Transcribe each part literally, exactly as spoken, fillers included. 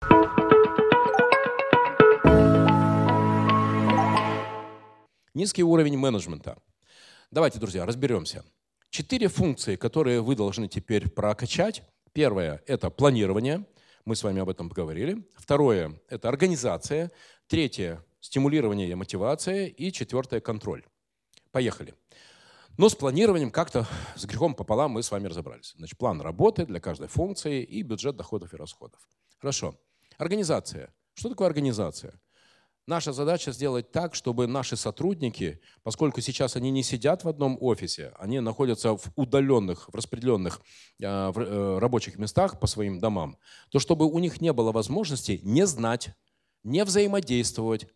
Низкий уровень менеджмента. Давайте, друзья, разберемся. Четыре функции, которые вы должны теперь прокачать. Первое – это планирование. Мы с вами об этом поговорили. Второе – это организация. Третье – стимулирование и мотивация. И четвертое – контроль. Поехали. Но с планированием как-то с грехом пополам мы с вами разобрались. Значит, план работы для каждой функции и бюджет доходов и расходов. Хорошо. Организация. Что такое организация? Наша задача сделать так, чтобы наши сотрудники, поскольку сейчас они не сидят в одном офисе, они находятся в удаленных, в распределенных э, в, э, рабочих местах по своим домам, то чтобы у них не было возможности не знать, не взаимодействовать,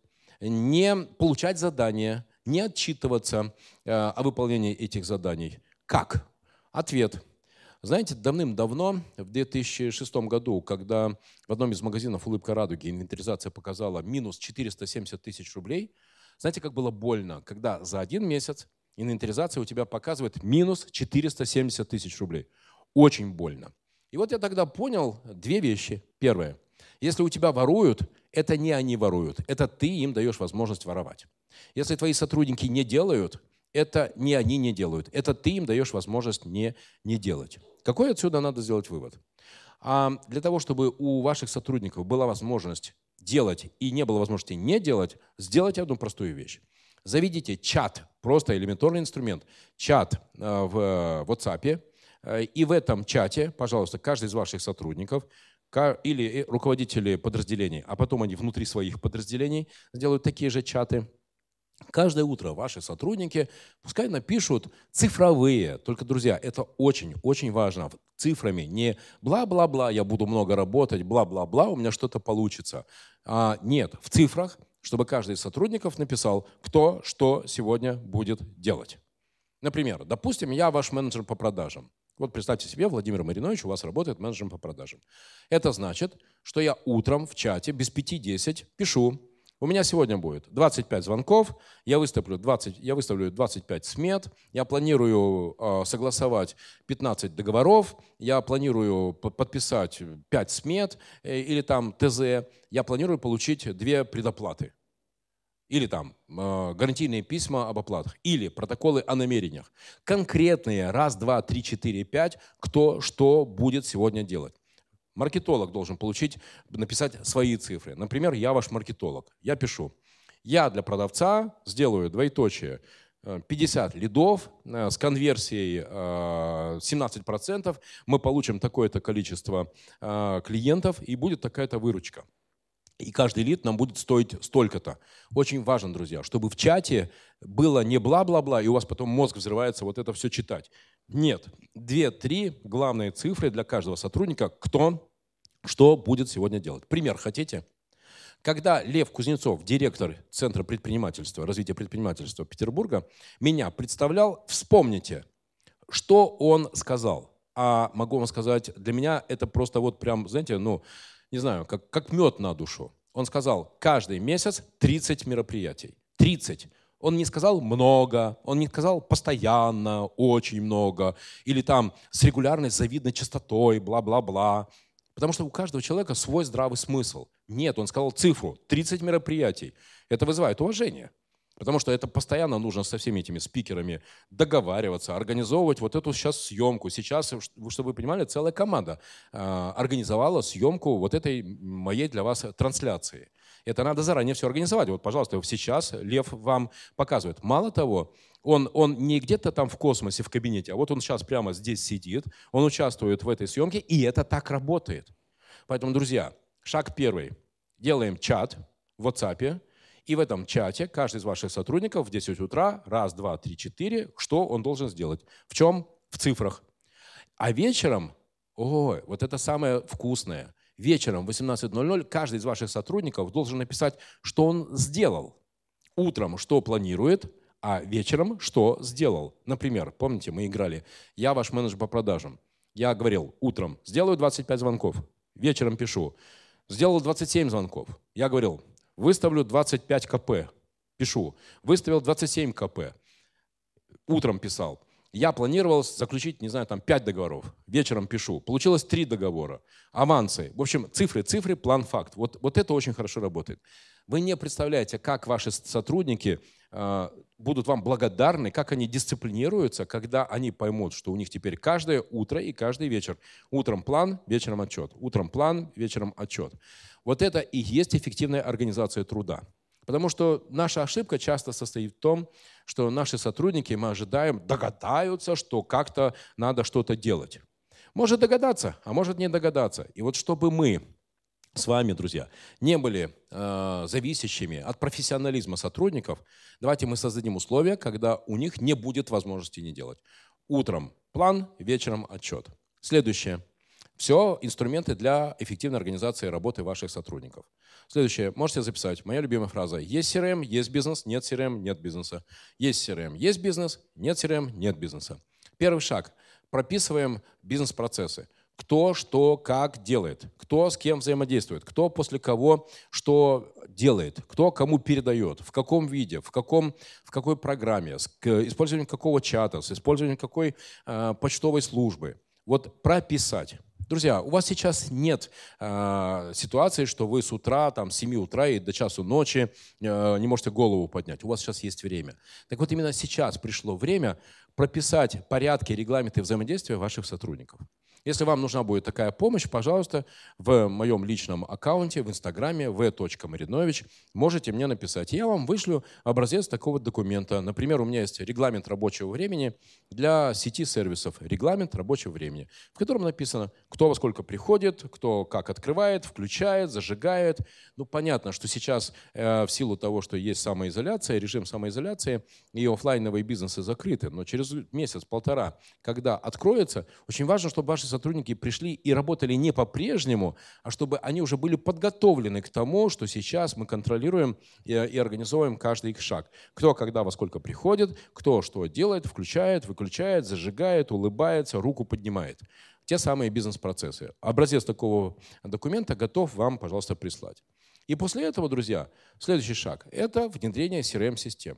не получать задания, не отчитываться э, о выполнении этих заданий. Как? Ответ. Знаете, давным-давно, в две тысячи шестом году, когда в одном из магазинов «Улыбка радуги» инвентаризация показала минус четыреста семьдесят тысяч рублей, знаете, как было больно, когда за один месяц инвентаризация у тебя показывает минус четыреста семьдесят тысяч рублей. Очень больно. И вот я тогда понял две вещи. Первое. Если у тебя воруют, это не они воруют, это ты им даешь возможность воровать. Если твои сотрудники не делают, это не они не делают, это ты им даешь возможность не, не делать. Какой отсюда надо сделать вывод? А для того, чтобы у ваших сотрудников была возможность делать и не было возможности не делать, сделайте одну простую вещь. Заведите чат, просто элементарный инструмент, чат в WhatsApp, и в этом чате, пожалуйста, каждый из ваших сотрудников или руководители подразделений, а потом они внутри своих подразделений сделают такие же чаты. Каждое утро ваши сотрудники пускай напишут цифровые. Только, друзья, это очень-очень важно. Цифрами. Не бла-бла-бла, я буду много работать, бла-бла-бла, у меня что-то получится. А нет, в цифрах, чтобы каждый из сотрудников написал, кто что сегодня будет делать. Например, допустим, я ваш менеджер по продажам. Вот представьте себе, Владимир Маринович у вас работает менеджером по продажам. Это значит, что я утром в чате без пяти десять пишу: у меня сегодня будет двадцать пять звонков, я выставлю двадцать, я выставлю двадцать пять смет, я планирую э, согласовать пятнадцать договоров, я планирую подписать пять смет э, или там ТЗ, я планирую получить две предоплаты. Или там э, гарантийные письма об оплатах, или протоколы о намерениях. Конкретные раз, два, три, четыре, пять, кто что будет сегодня делать. Маркетолог должен получить, написать свои цифры. Например, я ваш маркетолог. Я пишу: я для продавца сделаю двоеточие пятьдесят лидов с конверсией семнадцать процентов. Мы получим такое-то количество клиентов и будет такая-то выручка. И каждый лид нам будет стоить столько-то. Очень важно, друзья, чтобы в чате было не бла-бла-бла, и у вас потом мозг взрывается вот это все читать. Нет. Две-три главные цифры для каждого сотрудника, кто что будет сегодня делать. Пример хотите? Когда Лев Кузнецов, директор Центра предпринимательства, развития предпринимательства Петербурга, меня представлял, вспомните, что он сказал. А могу вам сказать, для меня это просто вот прям, знаете, ну, не знаю, как, как мед на душу. Он сказал, каждый месяц тридцать мероприятий. тридцать. Он не сказал много, он не сказал постоянно, очень много, или там с регулярной завидной частотой, бла-бла-бла. Потому что у каждого человека свой здравый смысл. Нет, он сказал цифру, тридцать мероприятий. Это вызывает уважение. Потому что это постоянно нужно со всеми этими спикерами договариваться, организовывать вот эту сейчас съемку. Сейчас, чтобы вы понимали, целая команда э, организовала съемку вот этой моей для вас трансляции. Это надо заранее все организовать. Вот, пожалуйста, сейчас Лев вам показывает. Мало того, он, он не где-то там в космосе, в кабинете, а вот он сейчас прямо здесь сидит, он участвует в этой съемке, и это так работает. Поэтому, друзья, шаг первый. Делаем чат в WhatsApp. И в этом чате каждый из ваших сотрудников в десять утра, раз, два, три, четыре, что он должен сделать? В чем? В цифрах. А вечером, ой, вот это самое вкусное, вечером в восемнадцать ноль ноль каждый из ваших сотрудников должен написать, что он сделал. Утром, что планирует, а вечером, что сделал. Например, помните, мы играли «Я ваш менеджер по продажам». Я говорил, утром сделаю двадцать пять звонков, вечером пишу, сделал двадцать семь звонков. Я говорил, выставлю двадцать пять ка пэ, пишу. Выставил двадцать семь ка пэ, утром писал. Я планировал заключить, не знаю, там пять договоров. Вечером пишу. Получилось три договора. Авансы. В общем, цифры, цифры, план, факт. Вот, вот это очень хорошо работает. Вы не представляете, как ваши сотрудники э, будут вам благодарны, как они дисциплинируются, когда они поймут, что у них теперь каждое утро и каждый вечер. Утром план, вечером отчет. Утром план, вечером отчет. Вот это и есть эффективная организация труда. Потому что наша ошибка часто состоит в том, что наши сотрудники, мы ожидаем, догадаются, что как-то надо что-то делать. Может догадаться, а может не догадаться. И вот чтобы мы с вами, друзья, не были э, зависящими от профессионализма сотрудников, давайте мы создадим условия, когда у них не будет возможности не делать. Утром план, вечером отчет. Следующее. Все инструменты для эффективной организации работы ваших сотрудников. Следующее. Можете записать. Моя любимая фраза. Есть си эр эм, есть бизнес, нет си эр эм, нет бизнеса. Есть си эр эм, есть бизнес, нет си эр эм, нет бизнеса. Первый шаг. Прописываем бизнес-процессы. Кто, что, как делает, кто с кем взаимодействует, кто после кого что делает, кто кому передает, в каком виде, в, каком, в какой программе, с использованием какого чата, с использованием какой э, почтовой службы. Вот прописать. Друзья, у вас сейчас нет э, ситуации, что вы с утра, там, с семи утра и до часу ночи э, не можете голову поднять. У вас сейчас есть время. Так вот именно сейчас пришло время прописать порядки, регламенты взаимодействия ваших сотрудников. Если вам нужна будет такая помощь, пожалуйста, в моем личном аккаунте в Инстаграме вэ точка маринович можете мне написать. Я вам вышлю образец такого документа. Например, у меня есть регламент рабочего времени для сети сервисов. Регламент рабочего времени, в котором написано, кто во сколько приходит, кто как открывает, включает, зажигает. Ну, понятно, что сейчас э, в силу того, что есть самоизоляция, режим самоизоляции, и офлайновые бизнесы закрыты. Но через месяц-полтора, когда откроется, очень важно, чтобы ваши сотрудники пришли и работали не по-прежнему, а чтобы они уже были подготовлены к тому, что сейчас мы контролируем и, и организуем каждый их шаг. Кто когда во сколько приходит, кто что делает, включает, выключает, зажигает, улыбается, руку поднимает. Те самые бизнес-процессы. Образец такого документа готов вам, пожалуйста, прислать. И после этого, друзья, следующий шаг – это внедрение си эр эм-системы.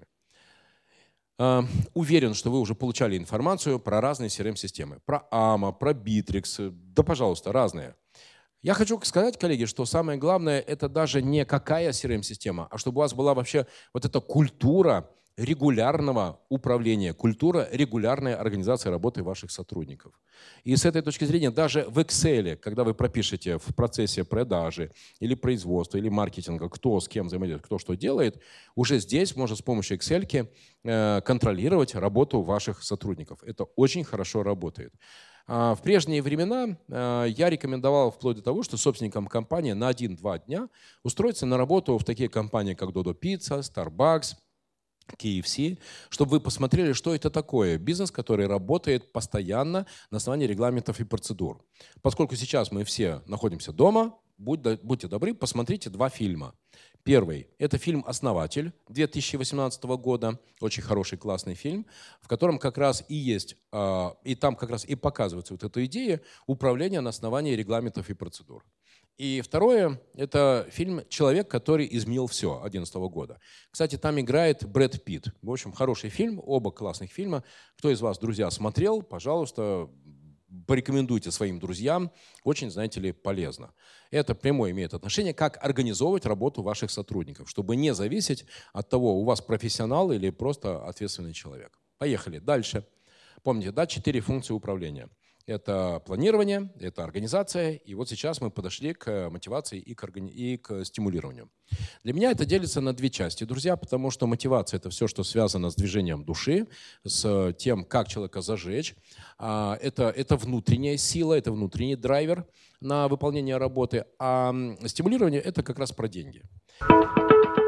Уверен, что вы уже получали информацию про разные си эр эм-системы. Про ама, про Bittrex, да, пожалуйста, разные. Я хочу сказать, коллеги, что самое главное – это даже не какая си эр эм-система, а чтобы у вас была вообще вот эта культура регулярного управления, культура регулярной организации работы ваших сотрудников. И с этой точки зрения даже в Excel, когда вы пропишете в процессе продажи или производства, или маркетинга, кто с кем взаимодействует, кто что делает, уже здесь можно с помощью Excel контролировать работу ваших сотрудников. Это очень хорошо работает. В прежние времена я рекомендовал вплоть до того, что собственникам компании на один-два дня устроиться на работу в такие компании, как Dodo Pizza, Starbucks, кей эф си, чтобы вы посмотрели, что это такое. Бизнес, который работает постоянно на основании регламентов и процедур. Поскольку сейчас мы все находимся дома, будьте добры, посмотрите два фильма. Первый – это фильм «Основатель» две тысячи восемнадцатого года. Очень хороший, классный фильм, в котором как раз и есть, и там как раз и показывается вот эта идея управления на основании регламентов и процедур. И второе – это фильм «Человек, который изменил все» две тысячи одиннадцатого года. Кстати, там играет Брэд Питт. В общем, хороший фильм, оба классных фильма. Кто из вас, друзья, смотрел, пожалуйста, порекомендуйте своим друзьям. Очень, знаете ли, полезно. Это прямое имеет отношение, как организовывать работу ваших сотрудников, чтобы не зависеть от того, у вас профессионал или просто ответственный человек. Поехали. Дальше. Помните, да, четыре функции управления. Это планирование, это организация, и вот сейчас мы подошли к мотивации и к, органи... и к стимулированию. Для меня это делится на две части, друзья, потому что мотивация – это все, что связано с движением души, с тем, как человека зажечь. Это, это внутренняя сила, это внутренний драйвер на выполнение работы, а стимулирование – это как раз про деньги.